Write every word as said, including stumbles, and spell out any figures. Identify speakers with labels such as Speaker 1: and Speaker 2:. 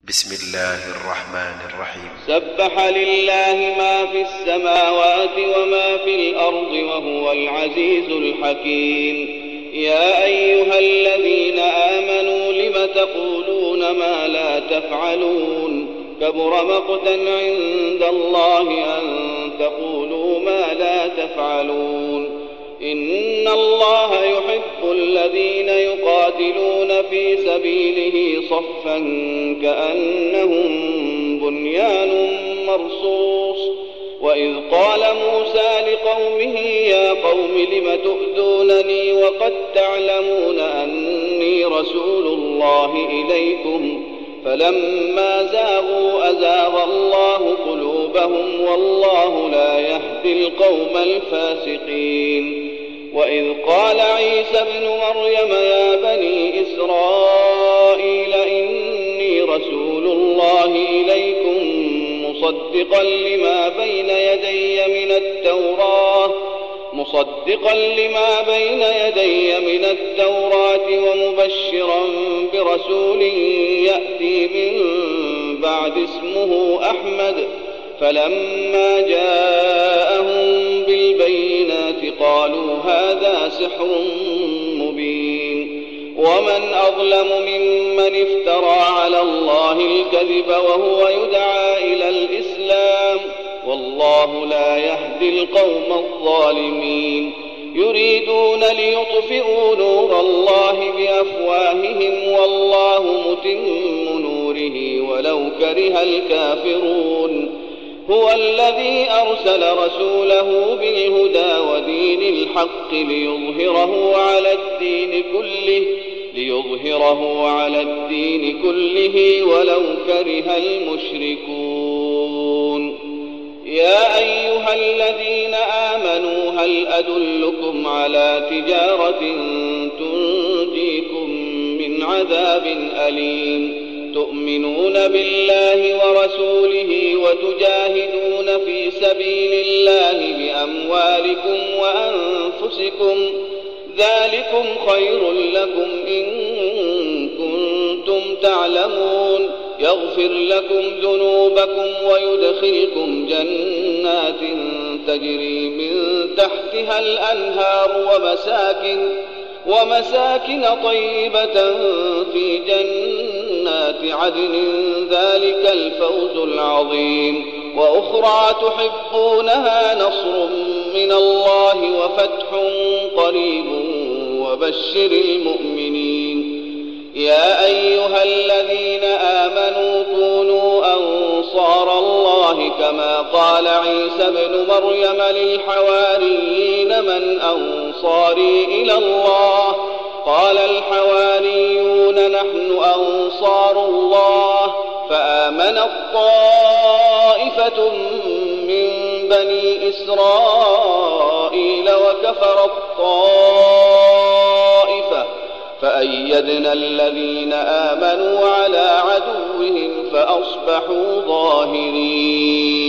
Speaker 1: بسم الله الرحمن الرحيم.
Speaker 2: سبح لله ما في السماوات وما في الأرض وهو العزيز الحكيم. يا أيها الذين آمنوا لم تقولون ما لا تفعلون؟ كبر مقتا عند الله أن تقولوا ما لا تفعلون. إن الله يحب الذين يقاتلون في سبيله صفا كأنهم بنيان مرصوص. وإذ قال موسى لقومه يا قوم لم تؤذونني وقد تعلمون أني رسول الله إليكم فلما زاغوا أزاغ الله قلوبهم والله لا يهدي القوم الفاسقين. وإذ قال عيسى ابن مريم يا بني إسرائيل إني رسول الله إليكم مصدقا لما بين يدي من التوراة مصدقا لما بين يدي من التوراة ومبشرا برسول يأتي من بعد اسمه أحمد. فلما جاءهم بالبينات قالوا هذا سحر مبين. ومن أظلم ممن افترى على الله الكذب وهو يدعى إلى الإسلام والله لا يهدي القوم الظالمين. يريدون ليطفئوا نور الله بأفواههم والله متم نوره ولو كره الكافرون. هو الذي أرسل رسوله بالهدى ودين الحق ليظهره على الدين كله ليظهره على الدين كله ولو كره المشركون. يا أيها الذين آمنوا هل أدلكم على تجارة تنجيكم من عذاب أليم؟ تؤمنون بالله ورسوله وتجاهدون في سبيل الله بأموالكم وأنفسكم ذلكم خير لكم إن كنتم تعلمون. يغفر لكم ذنوبكم ويدخلكم جنات تجري من تحتها الأنهار ومساكن ومساكن طيبة في جنات عدن ذلك الفوز العظيم. وأخرى تحبونها نصر من الله وفتح قريب وبشر المؤمنين. يا أيها الذين آمنوا كونوا أنصار الله كما قال عيسى ابن مريم للحواريين من أنصاري إلى الله؟ قال الحواريون نحن أنصار الله. فآمنت طائفة من بني إسرائيل وكفرت طائفة فأيدنا الذين آمنوا على عدوهم فأصبحوا ظاهرين.